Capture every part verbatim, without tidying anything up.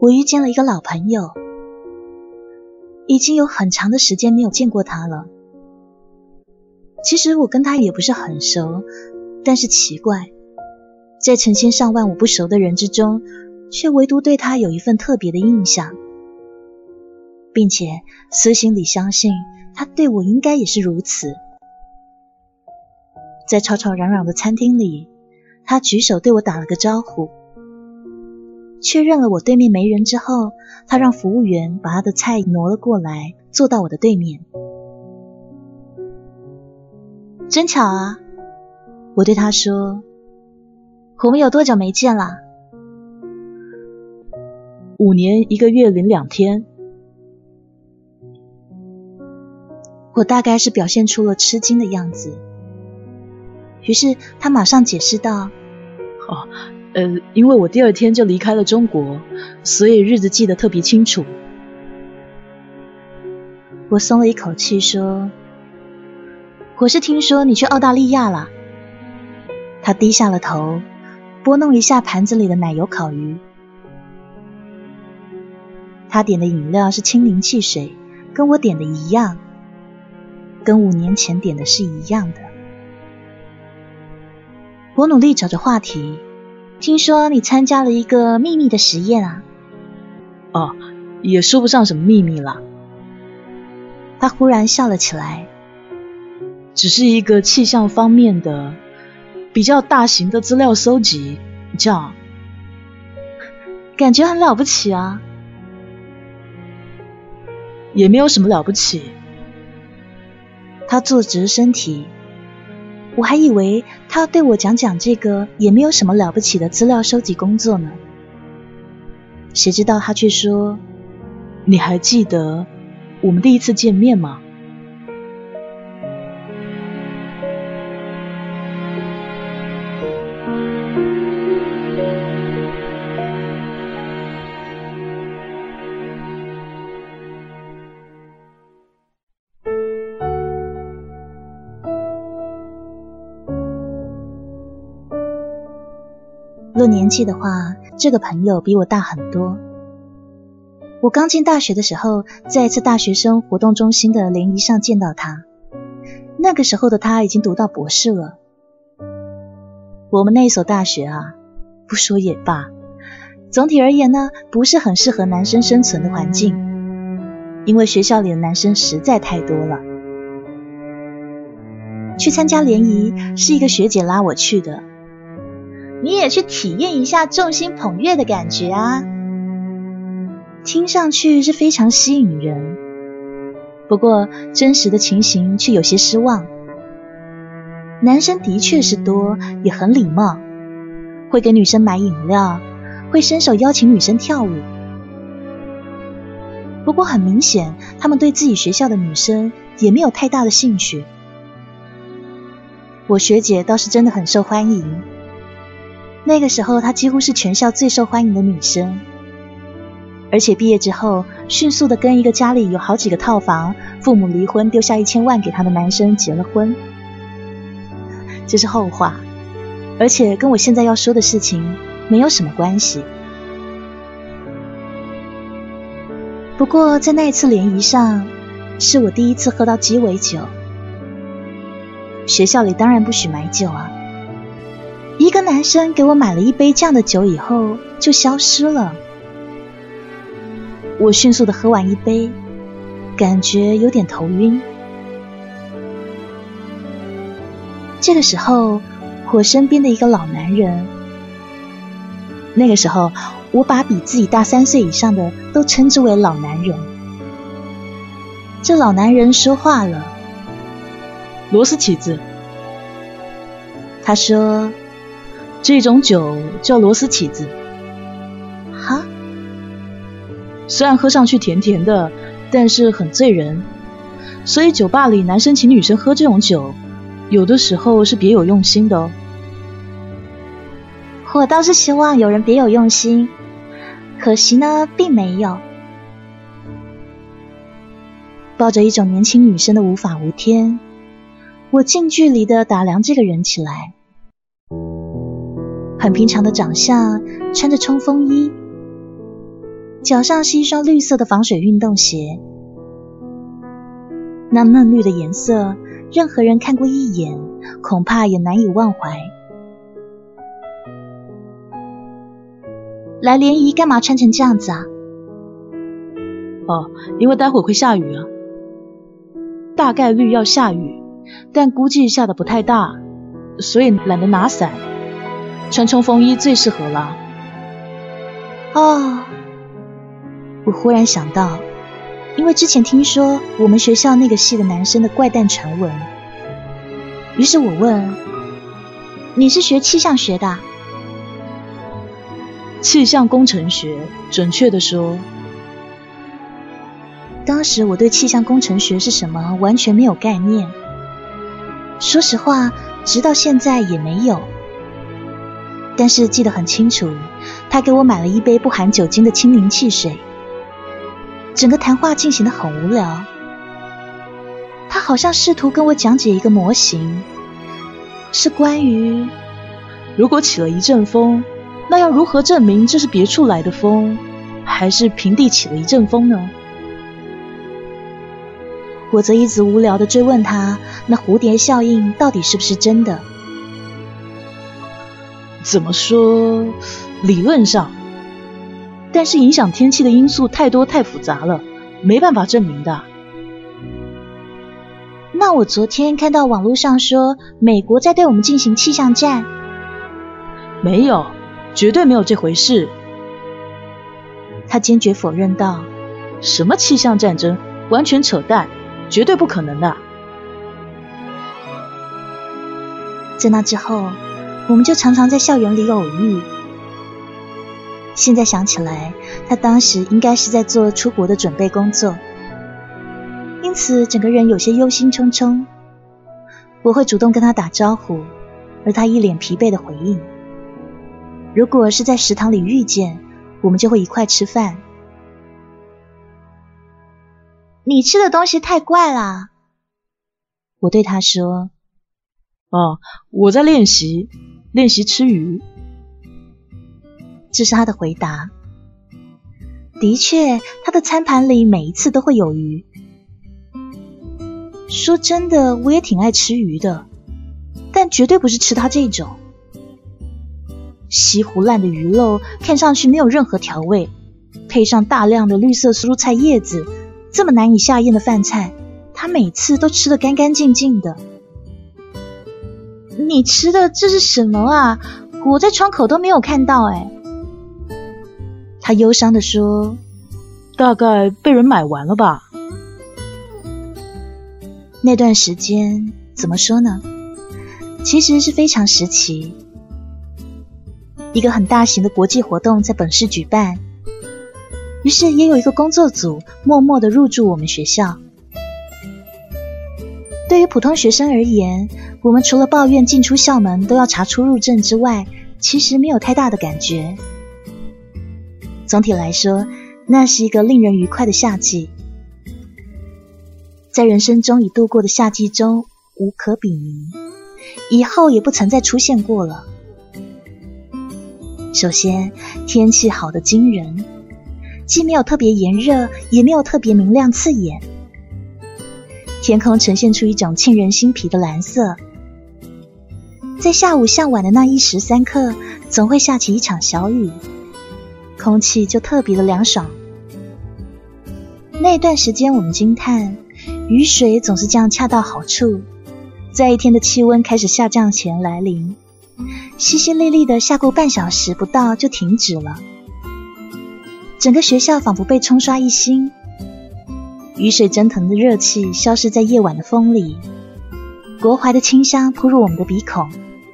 我遇见了一个老朋友，已经有很长的时间没有见过他了。其实我跟他也不是很熟，但是奇怪，在成千上万我不熟的人之中，却唯独对他有一份特别的印象，并且私心里相信他对我应该也是如此。在吵吵嚷嚷的餐厅里，他举手对我打了个招呼，确认了我对面没人之后，他让服务员把他的菜挪了过来，坐到我的对面。真巧啊，我对他说，我们有多久没见了？ 五年一个月零两天。 我大概是表现出了吃惊的样子，于是他马上解释道， 哦，呃，因为我第二天就离开了中国，所以日子记得特别清楚。 我松了一口气说，我是听说你去澳大利亚了。他低下了头，拨弄一下盘子里的奶油烤鱼。他点的饮料是青柠汽水，跟我点的一样，跟五年前点的是一样的。我努力找着话题，听说你参加了一个秘密的实验啊？ 哦，也说不上什么秘密啦。 他忽然笑了起来， 只是一个气象方面的比较大型的资料搜集，这样。 感觉很了不起啊。 也没有什么了不起。 他坐直身体，我还以为他要对我讲讲这个也没有什么了不起的资料收集工作呢。谁知道他却说， 你还记得我们第一次见面吗？ 论年纪的话，这个朋友比我大很多。我刚进大学的时候，在一次大学生活动中心的联谊上见到他，那个时候的他已经读到博士了。我们那一所大学啊，不说也罢，总体而言呢，不是很适合男生生存的环境，因为学校里的男生实在太多了。去参加联谊是一个学姐拉我去的，你也去体验一下众星捧月的感觉啊。听上去是非常吸引人，不过真实的情形却有些失望。男生的确是多，也很礼貌，会给女生买饮料，会伸手邀请女生跳舞。不过很明显，他们对自己学校的女生也没有太大的兴趣。我学姐倒是真的很受欢迎，那个时候她几乎是全校最受欢迎的女生，而且毕业之后迅速的跟一个家里有好几个套房，父母离婚丢下一千万给她的男生结了婚。这是后话，而且跟我现在要说的事情没有什么关系。不过在那一次联谊上，是我第一次喝到鸡尾酒。学校里当然不许买酒啊，一个男生给我买了一杯这样的酒以后就消失了。我迅速的喝完一杯，感觉有点头晕。这个时候我身边的一个老男人，那个时候我把比自己大三岁以上的都称之为老男人。这老男人说话了， 螺丝起子。 他说， 这种酒叫螺丝起子。 哈？ 虽然喝上去甜甜的，但是很醉人，所以酒吧里男生请女生喝这种酒，有的时候是别有用心的哦。 我倒是希望有人别有用心，可惜呢，并没有。抱着一种年轻女生的无法无天，我近距离的打量这个人起来。很平常的长相，穿着冲锋衣， 脚上是一双绿色的防水运动鞋。那嫩绿的颜色，任何人看过一眼，恐怕也难以忘怀。来联谊干嘛穿成这样子啊？ 哦，因为待会会下雨啊。大概率要下雨，但估计下的不太大，所以懒得拿伞，穿冲锋衣最适合了。 哦，我忽然想到，因为之前听说我们学校那个系的男生的怪诞传闻，于是我问，你是学气象学的啊？ 气象工程学，准确的说。 当时我对气象工程学是什么完全没有概念，说实话，直到现在也没有。但是记得很清楚，他给我买了一杯不含酒精的清柠汽水。整个谈话进行得很无聊，他好像试图跟我讲解一个模型，是关于如果起了一阵风，那要如何证明这是别处来的风，还是平地起了一阵风呢？ 我则一直无聊地追问他，那蝴蝶效应到底是不是真的？ 怎么说？理论上，但是影响天气的因素太多太复杂了，没办法证明的。 那我昨天看到网络上说，美国在对我们进行气象战。 没有，绝对没有这回事。 他坚决否认道， 什么气象战争，完全扯淡，绝对不可能的。 在那之后，我们就常常在校园里偶遇。现在想起来，他当时应该是在做出国的准备工作，因此整个人有些忧心忡忡。我会主动跟他打招呼，而他一脸疲惫的回应。如果是在食堂里遇见，我们就会一块吃饭。你吃的东西太怪啦，我对他说。 哦，我在练习，练习吃鱼。 这是他的回答。的确，他的餐盘里每一次都会有鱼。说真的，我也挺爱吃鱼的，但绝对不是吃它这种。稀糊烂的鱼肉，看上去没有任何调味，配上大量的绿色蔬菜叶子，这么难以下咽的饭菜，他每次都吃得干干净净的。你吃的这是什么啊？我在窗口都没有看到哎。他忧伤地说， 大概被人买完了吧。 那段时间怎么说呢？其实是非常时期。一个很大型的国际活动在本市举办，于是也有一个工作组默默地入驻我们学校。对于普通学生而言，我们除了抱怨进出校门都要查出入证之外，其实没有太大的感觉。总体来说，那是一个令人愉快的夏季。在人生中已度过的夏季中，无可比拟，以后也不曾再出现过了。首先，天气好得惊人，既没有特别炎热，也没有特别明亮刺眼，天空呈现出一种沁人心脾的蓝色。在下午向晚的那一时三刻，总会下起一场小雨，空气就特别的凉爽。那段时间我们惊叹，雨水总是这样恰到好处，在一天的气温开始下降前来临，淅淅沥沥的下过半小时不到就停止了。整个学校仿佛被冲刷一新，雨水蒸腾的热气消失在夜晚的风里，国槐的清香扑入我们的鼻孔。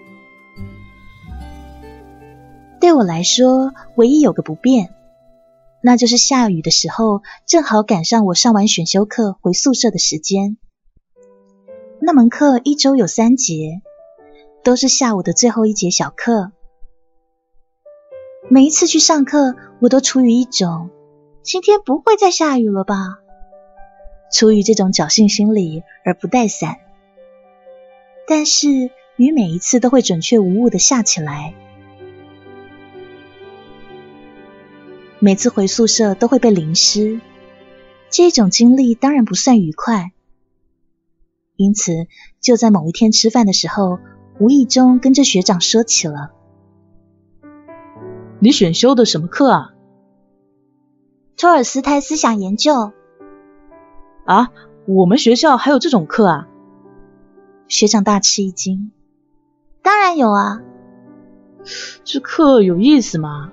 对我来说，唯一有个不便，那就是下雨的时候正好赶上我上完选修课回宿舍的时间。那门课一周有三节，都是下午的最后一节小课。每一次去上课，我都处于一种今天不会再下雨了吧，出于这种侥幸心理而不带伞。但是雨每一次都会准确无误地下起来。 每次回宿舍都会被淋湿，这种经历当然不算愉快。因此，就在某一天吃饭的时候，无意中跟着学长说起了。 你选修的什么课啊？ 托尔斯泰思想研究。 啊，我们学校还有这种课啊？ 学长大吃一惊。当然有啊。 这课有意思吗？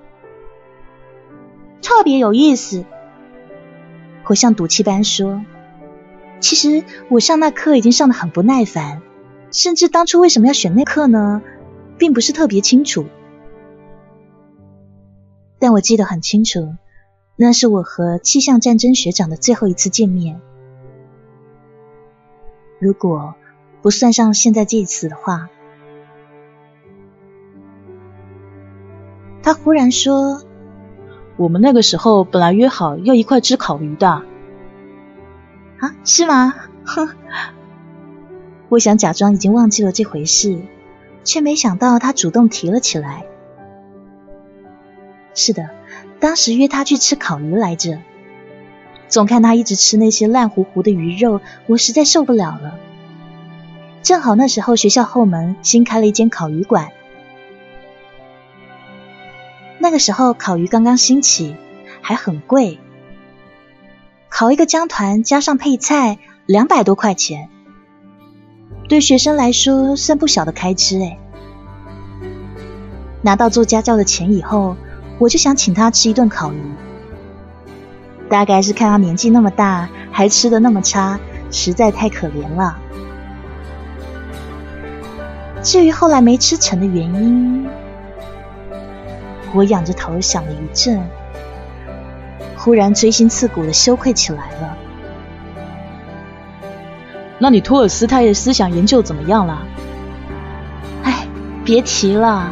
特别有意思。我像赌气般说，其实我上那课已经上得很不耐烦，甚至当初为什么要选那课呢，并不是特别清楚。但我记得很清楚，那是我和气象战争学长的最后一次见面。如果不算上现在这一次的话。他忽然说， 我们那个时候本来约好要一块吃烤鱼的。 啊，是吗？哼，我想假装已经忘记了这回事，却没想到他主动提了起来。是的，当时约他去吃烤鱼来着。总看他一直吃那些烂糊糊的鱼肉，我实在受不了了。正好那时候学校后门新开了一间烤鱼馆。那个时候烤鱼刚刚兴起，还很贵。烤一个姜团加上配菜，两百多块钱。对学生来说算不小的开支诶。拿到做家教的钱以后，我就想请他吃一顿烤鱼。大概是看他年纪那么大，还吃得那么差，实在太可怜了。至于后来没吃成的原因，我仰着头想了一阵，忽然锥心刺骨的羞愧起来了。 那你托尔斯泰的思想研究怎么样了？ 哎，别提了。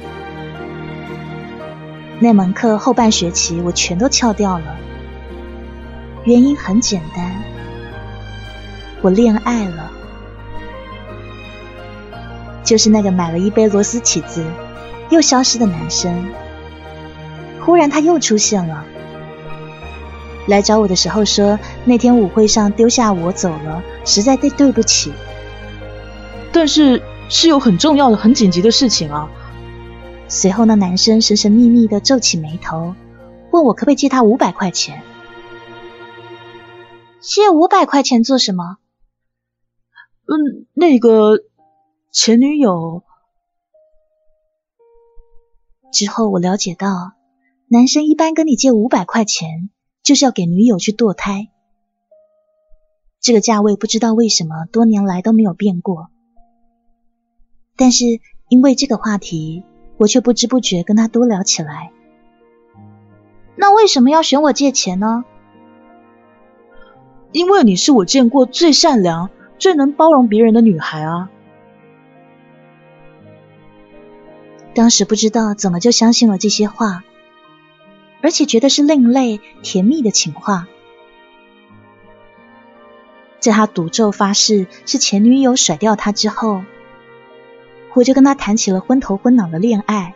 那门课后半学期我全都翘掉了。原因很简单，我恋爱了。就是那个买了一杯螺丝起子又消失的男生。忽然他又出现了，来找我的时候说那天舞会上丢下我走了，实在对对不起。 但是是有很重要的很紧急的事情啊。 随后那男生神神秘秘地皱起眉头，问我可不可以借他五百块钱。借五百块钱做什么？ 嗯，那个前女友。 之后我了解到，男生一般跟你借五百块钱，就是要给女友去堕胎。这个价位不知道为什么多年来都没有变过。但是因为这个话题，我却不知不觉跟他多聊起来。那为什么要选我借钱呢？ 因为你是我见过最善良、最能包容别人的女孩啊。 当时不知道怎么就相信了这些话，而且觉得是另类甜蜜的情话。在他赌咒发誓是前女友甩掉他之后，我就跟他谈起了昏头昏脑的恋爱。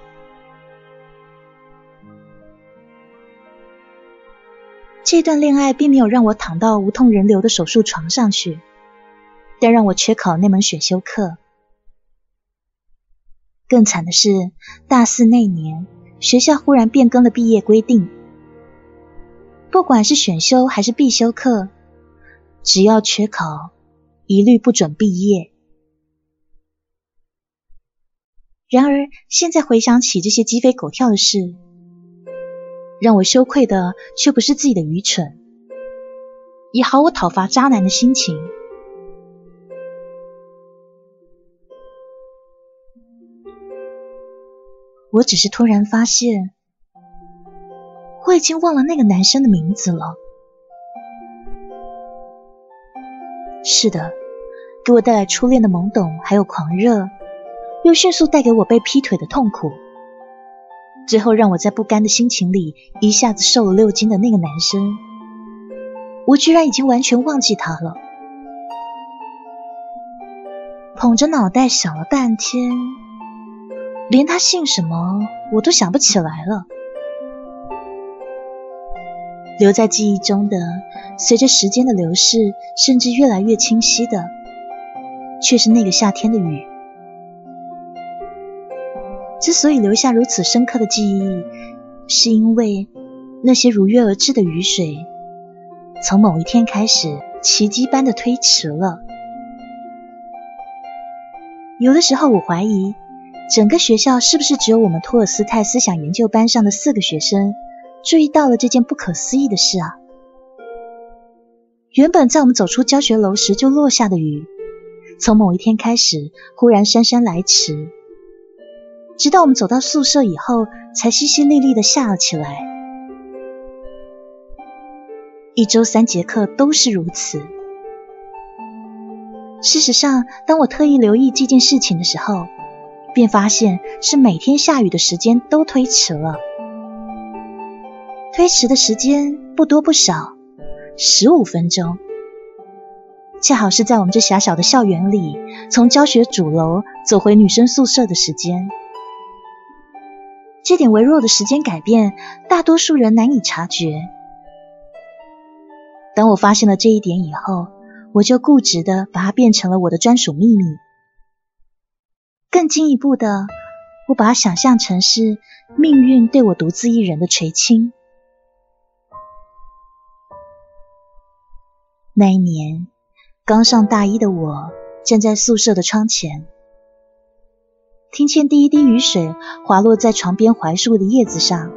这段恋爱并没有让我躺到无痛人流的手术床上去，但让我缺考那门选修课。更惨的是，大四那年，学校忽然变更了毕业规定，不管是选修还是必修课，只要缺考，一律不准毕业。然而，现在回想起这些鸡飞狗跳的事，让我羞愧的却不是自己的愚蠢，也毫无讨伐渣男的心情。我只是突然发现，我已经忘了那个男生的名字了。是的，给我带来初恋的懵懂还有狂热，又迅速带给我被劈腿的痛苦，最后让我在不甘的心情里一下子瘦了六斤的那个男生，我居然已经完全忘记他了。捧着脑袋想了半天，连他姓什么我都想不起来了。 留在记忆中的，随着时间的流逝，甚至越来越清晰的，却是那个夏天的雨。之所以留下如此深刻的记忆，是因为那些如约而至的雨水，从某一天开始，奇迹般的推迟了。有的时候我怀疑，整个学校是不是只有我们托尔斯泰思想研究班上的四个学生注意到了这件不可思议的事啊？原本在我们走出教学楼时就落下的雨，从某一天开始忽然姗姗来迟，直到我们走到宿舍以后才淅淅沥沥地下了起来。一周三节课都是如此。事实上，当我特意留意这件事情的时候，便发现是每天下雨的时间都推迟了。推迟的时间不多不少，十五分钟，恰好是在我们这狭小的校园里，从教学主楼走回女生宿舍的时间。这点微弱的时间改变，大多数人难以察觉。当我发现了这一点以后，我就固执地把它变成了我的专属秘密。更进一步的，我把它想象成是命运对我独自一人的垂青。那一年，刚上大一的我站在宿舍的窗前，听见第一滴雨水滑落在床边槐树的叶子上，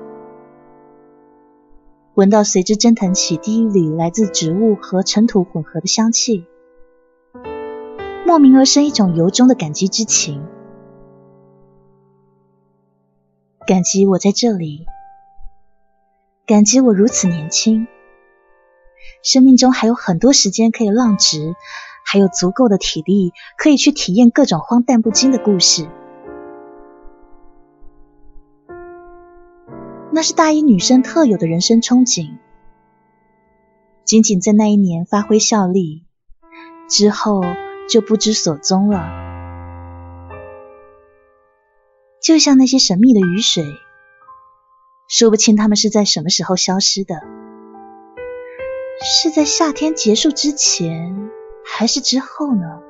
闻到随之蒸腾起第一缕来自植物和尘土混合的香气，莫名而生一种由衷的感激之情。感激我在这里，感激我如此年轻，生命中还有很多时间可以浪掷，还有足够的体力可以去体验各种荒诞不经的故事。那是大一女生特有的人生憧憬，仅仅在那一年发挥效力，之后就不知所踪了。就像那些神秘的雨水，说不清它们是在什么时候消失的，是在夏天结束之前，还是之后呢？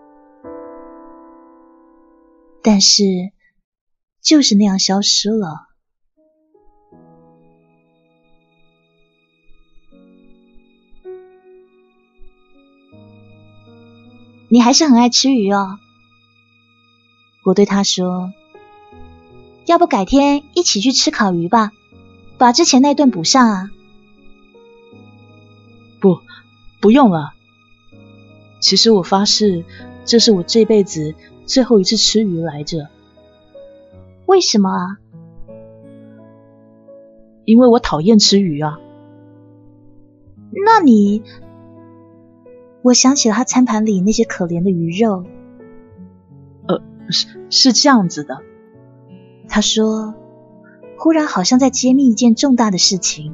但是，就是那样消失了。你还是很爱吃鱼哦。我对他说，要不改天一起去吃烤鱼吧，把之前那顿补上啊。 不，不用了。其实我发誓，这是我这辈子最后一次吃鱼来着。 为什么啊？ 因为我讨厌吃鱼啊。 那你……我想起了他餐盘里那些可怜的鱼肉。 呃，是是这样子的。 他说，忽然好像在揭秘一件重大的事情。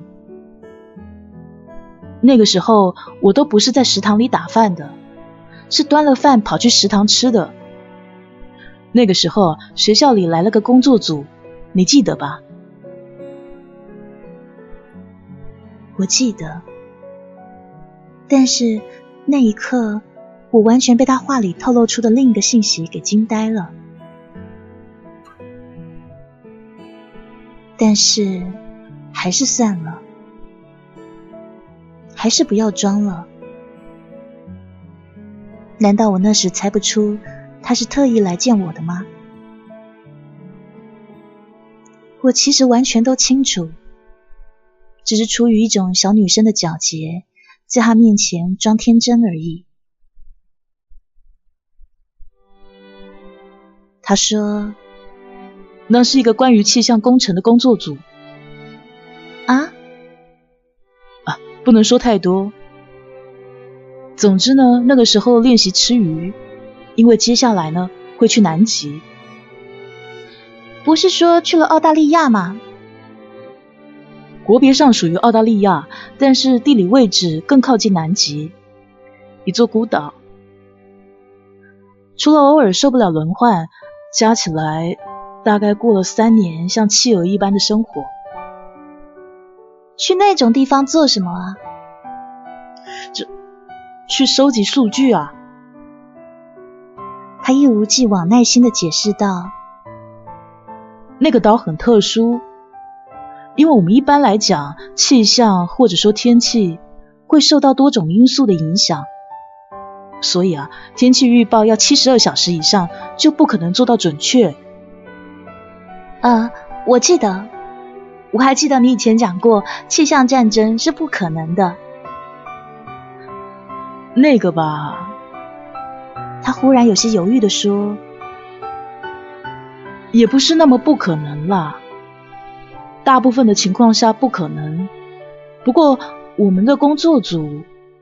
那个时候我都不是在食堂里打饭的，是端了饭跑去食堂吃的。那个时候学校里来了个工作组，你记得吧？ 我记得，但是那一刻我完全被他话里透露出的另一个信息给惊呆了。但是还是算了，还是不要装了。难道我那时猜不出他是特意来见我的吗？我其实完全都清楚，只是出于一种小女生的皎洁，在他面前装天真而已。他说， 那是一个关于气象工程的工作组。 啊？ 啊，不能说太多。总之呢，那个时候练习吃鱼，因为接下来呢会去南极。 不是说去了澳大利亚吗？ 国别上属于澳大利亚，但是地理位置更靠近南极，一座孤岛。除了偶尔受不了轮换，加起来大概过了三年像企鹅一般的生活。 去那种地方做什么啊？ 这，去收集数据啊。 他一如既往耐心地解释道， 那个岛很特殊，因为我们一般来讲，气象或者说天气会受到多种因素的影响，所以啊，天气预报要七十二小时以上就不可能做到准确。 呃，我记得，我还记得你以前讲过，气象战争是不可能的。 那个吧， 他忽然有些犹豫地说， 也不是那么不可能啦，大部分的情况下不可能。不过我们的工作组……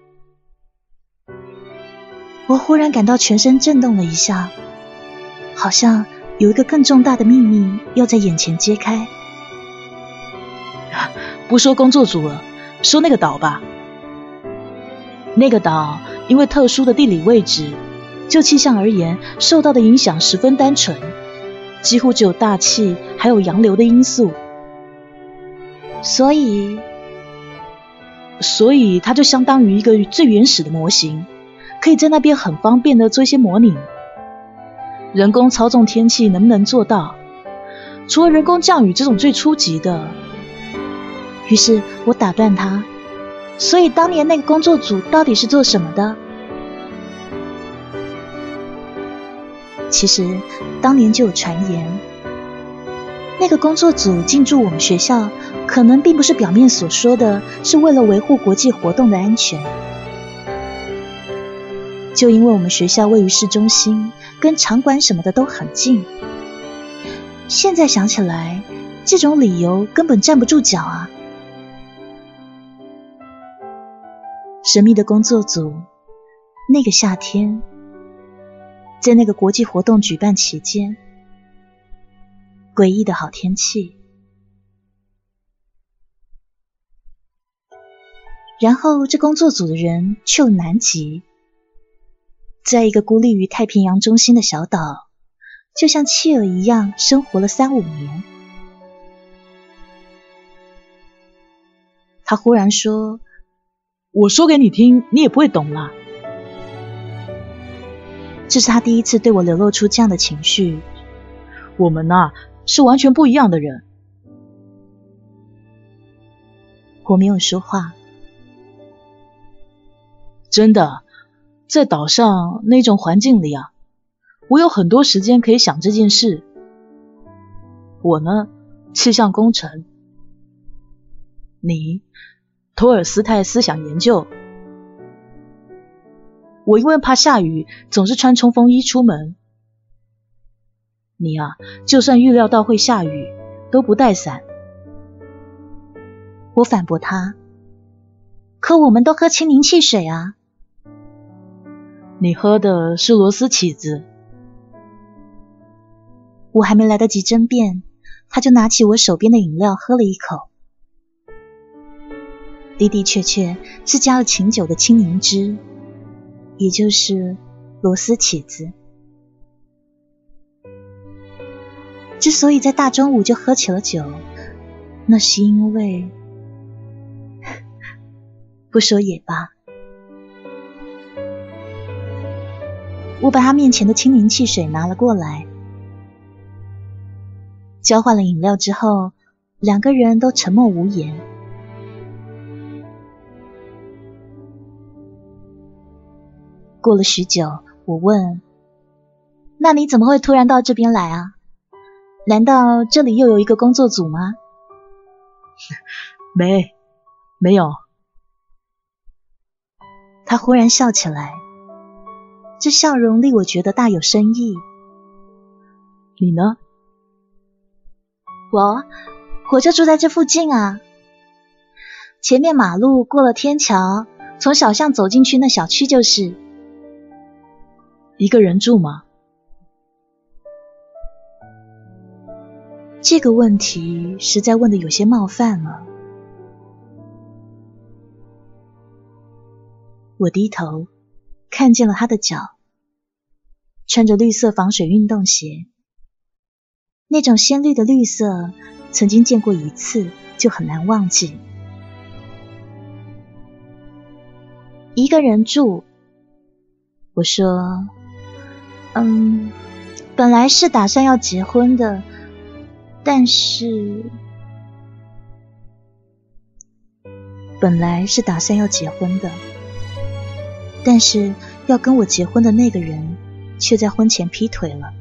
我忽然感到全身震动了一下，好像有一个更重大的秘密要在眼前揭开。 不说工作组了，说那个岛吧。那个岛因为特殊的地理位置，就气象而言，受到的影响十分单纯，几乎只有大气还有洋流的因素。 所以， 所以它就相当于一个最原始的模型，可以在那边很方便的做一些模拟。人工操纵天气能不能做到？除了人工降雨这种最初级的。 于是我打断他，所以当年那个工作组到底是做什么的？其实当年就有传言，那个工作组进驻我们学校，可能并不是表面所说的是为了维护国际活动的安全。就因为我们学校位于市中心，跟场馆什么的都很近，现在想起来，这种理由根本站不住脚啊。神秘的工作组，那个夏天，在那个国际活动举办期间，诡异的好天气。然后这工作组的人去了南极，在一个孤立于太平洋中心的小岛，就像企鹅一样生活了三五年。他忽然说， 我说给你听，你也不会懂啦。 这是他第一次对我流露出这样的情绪。 我们啊，是完全不一样的人。 我没有说话。 真的，在岛上那种环境里啊，我有很多时间可以想这件事。我呢，气象工程；你，托尔斯泰思想研究。我因为怕下雨，总是穿冲锋衣出门。你啊，就算预料到会下雨，都不带伞。 我反驳他，可我们都喝清凝汽水啊。 你喝的是螺丝起子。 我还没来得及争辩，他就拿起我手边的饮料喝了一口。的的确确是加了琴酒的青柠汁，也就是螺丝起子。之所以在大中午就喝起了酒，那是因为……不说也罢。我把他面前的青柠汽水拿了过来，交换了饮料之后，两个人都沉默无言。过了许久，我问，那你怎么会突然到这边来啊？难道这里又有一个工作组吗？ 没，没有。 他忽然笑起来，这笑容令我觉得大有深意。 你呢？ 我，我就住在这附近啊。前面马路过了天桥，从小巷走进去那小区就是。 一个人住吗？ 这个问题实在问得有些冒犯了。我低头看见了他的脚，穿着绿色防水运动鞋，那种鲜绿的绿色曾经见过一次就很难忘记。 一个人住。我说，嗯，本来是打算要结婚的，但是本来是打算要结婚的，但是要跟我结婚的那个人却在婚前劈腿了。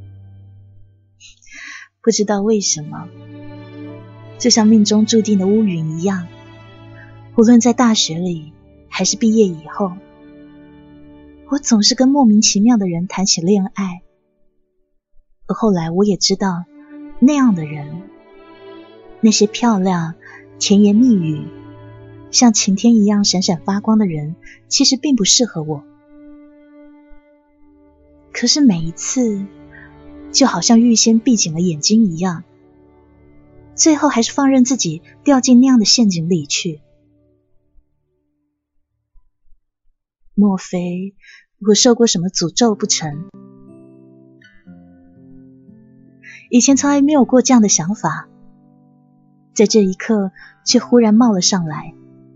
不知道为什么，就像命中注定的乌云一样，无论在大学里还是毕业以后，我总是跟莫名其妙的人谈起恋爱。而后来我也知道，那样的人，那些漂亮、甜言蜜语、像晴天一样闪闪发光的人，其实并不适合我。可是每一次，就好像预先闭紧了眼睛一样，最后还是放任自己掉进那样的陷阱里去。莫非我受过什么诅咒不成？以前从来没有过这样的想法，在这一刻却忽然冒了上来。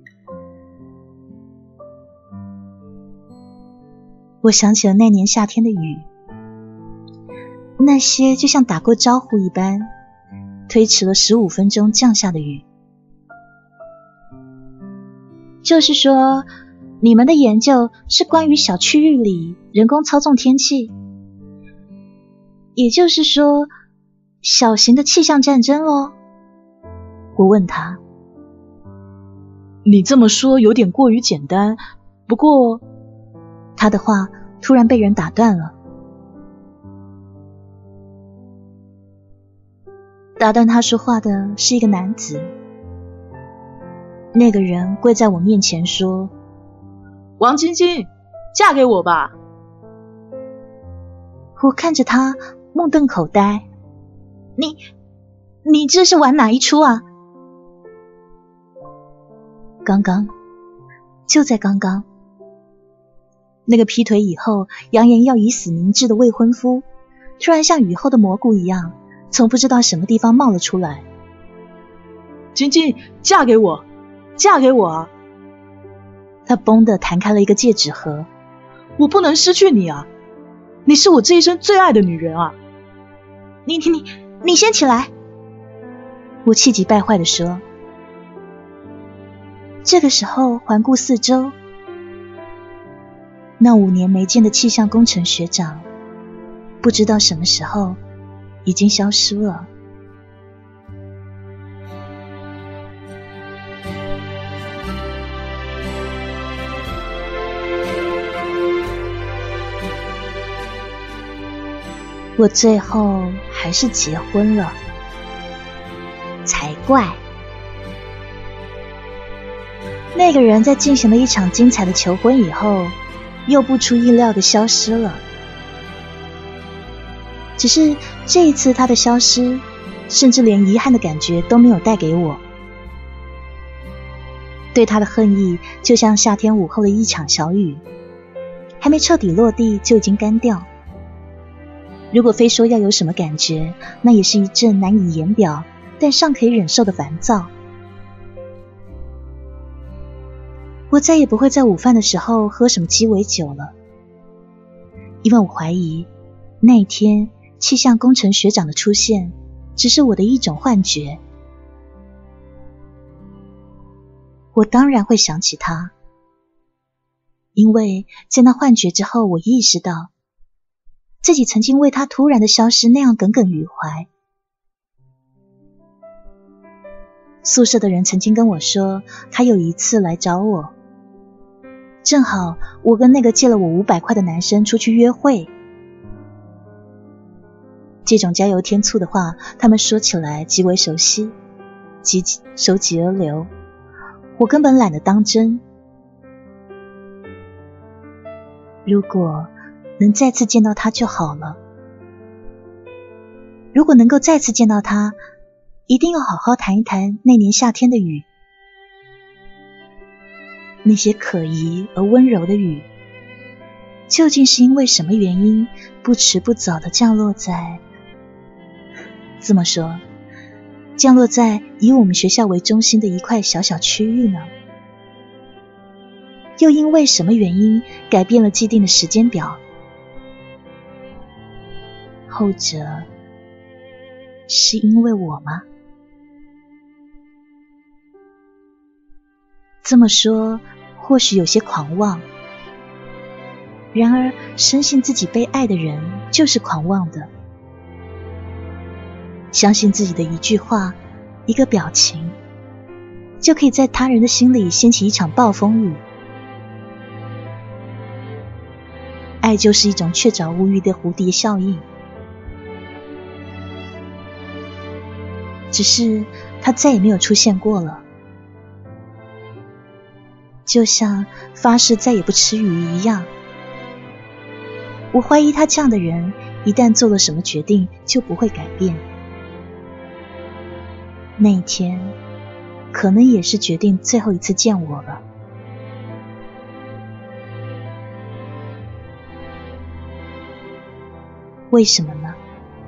我想起了那年夏天的雨，那些就像打过招呼一般，推迟了十五分钟降下的雨。就是说，你们的研究是关于小区域里人工操纵天气，也就是说，小型的气象战争咯？我问他。 你这么说有点过于简单，不过…… 他的话突然被人打断了。打断他说话的是一个男子。那个人跪在我面前说：“ 王晶晶，嫁给我吧。” 我看着他目瞪口呆。你你这是玩哪一出啊？刚刚，就在刚刚，那个劈腿以后扬言要以死明志的未婚夫，突然像雨后的蘑菇一样，从不知道什么地方冒了出来。 晶晶，嫁给我，嫁给我啊！ 他嘣地弹开了一个戒指盒。 我不能失去你啊！你是我这一生最爱的女人啊！ 你你你你先起来！我气急败坏地说。这个时候环顾四周，那五年没见的气象工程学长，不知道什么时候已经消失了。我最后还是结婚了，才怪！那个人在进行了一场精彩的求婚以后，又不出意料的消失了。只是这一次他的消失，甚至连遗憾的感觉都没有带给我。对他的恨意就像夏天午后的一场小雨，还没彻底落地就已经干掉。如果非说要有什么感觉，那也是一阵难以言表但尚可以忍受的烦躁。我再也不会在午饭的时候喝什么鸡尾酒了，因为我怀疑那一天气象工程学长的出现只是我的一种幻觉。我当然会想起他，因为在那幻觉之后，我意识到自己曾经为他突然的消失那样耿耿于怀。宿舍的人曾经跟我说，他有一次来找我，正好我跟那个借了我五百块的男生出去约会。这种加油添醋的话，他们说起来极为熟悉，极手疾而流，我根本懒得当真。如果能再次见到他就好了。如果能够再次见到他，一定要好好谈一谈那年夏天的雨。那些可疑而温柔的雨，究竟是因为什么原因不迟不早地降落在……这么说，降落在以我们学校为中心的一块小小区域呢？ 又因为什么原因改变了既定的时间表？后者是因为我吗？这么说或许有些狂妄，然而深信自己被爱的人就是狂妄的。相信自己的一句话，一个表情，就可以在他人的心里掀起一场暴风雨。爱就是一种确凿无余的蝴蝶效应，只是它再也没有出现过了。就像发誓再也不吃鱼一样，我怀疑他这样的人一旦做了什么决定就不会改变。那一天可能也是决定最后一次见我了。为什么呢？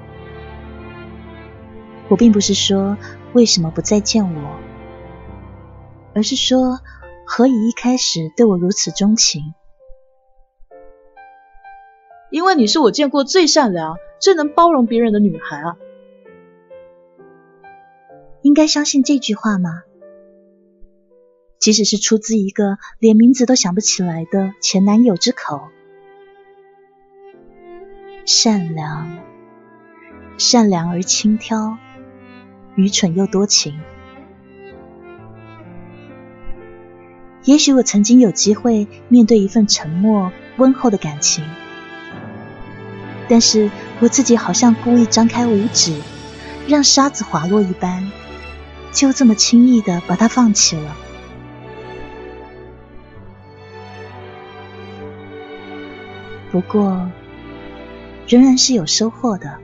我并不是说为什么不再见我，而是说何以一开始对我如此钟情？ 因为你是我见过最善良、最能包容别人的女孩啊。 应该相信这句话吗？即使是出自一个连名字都想不起来的前男友之口。善良，善良而轻佻，愚蠢又多情。也许我曾经有机会面对一份沉默温厚的感情，但是我自己好像故意张开五指，让沙子滑落一般，就这么轻易地把它放弃了。不过仍然是有收获的，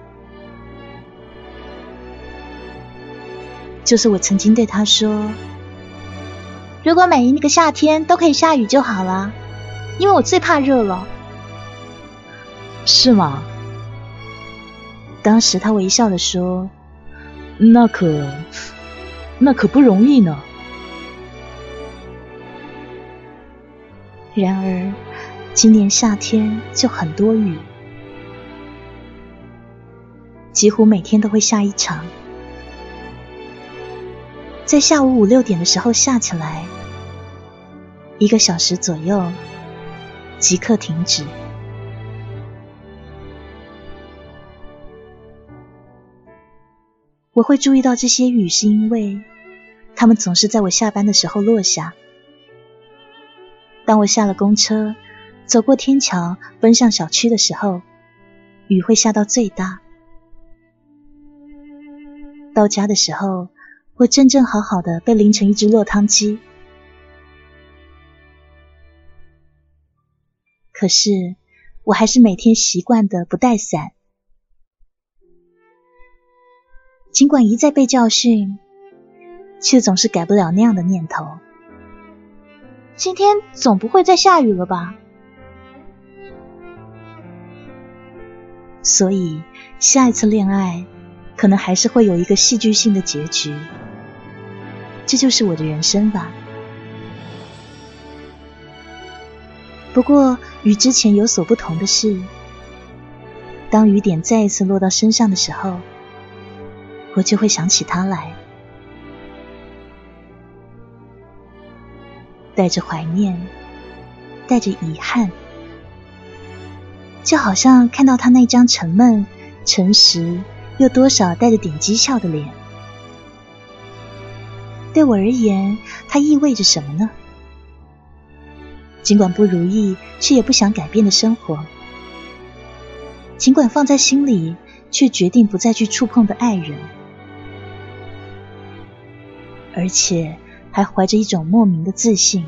就是我曾经对他说，如果每一个夏天都可以下雨就好了，因为我最怕热了。 是吗？ 当时他微笑地说， 那可那可不容易呢。 然而今年夏天就很多雨，几乎每天都会下一场，在下午五六点的时候下起来，一个小时左右即刻停止。我会注意到这些雨是因为它们总是在我下班的时候落下。当我下了公车，走过天桥奔向小区的时候，雨会下到最大。到家的时候，我正正好好的被淋成一只落汤鸡。可是我还是每天习惯的不带伞，尽管一再被教训，却总是改不了那样的念头。今天总不会再下雨了吧？所以下一次恋爱可能还是会有一个戏剧性的结局，这就是我的人生吧。不过与之前有所不同的是，当雨点再一次落到身上的时候，我就会想起他来，带着怀念，带着遗憾，就好像看到他那张沉闷、诚实又多少带着点讥笑的脸。对我而言，它意味着什么呢？尽管不如意，却也不想改变的生活；尽管放在心里，却决定不再去触碰的爱人；而且还怀着一种莫名的自信。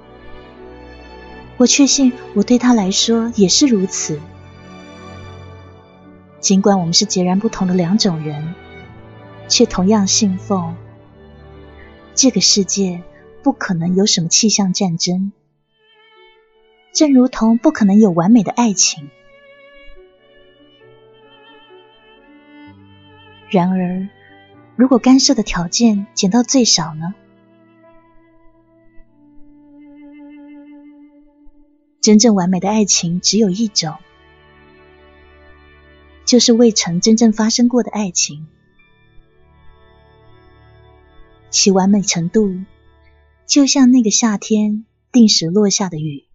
我确信我对他来说也是如此。尽管我们是截然不同的两种人，却同样信奉这个世界不可能有什么气象战争，正如同不可能有完美的爱情。然而，如果干涉的条件减到最少呢？ 真正完美的爱情只有一种，就是未曾真正发生过的爱情。其完美程度，就像那个夏天定时落下的雨。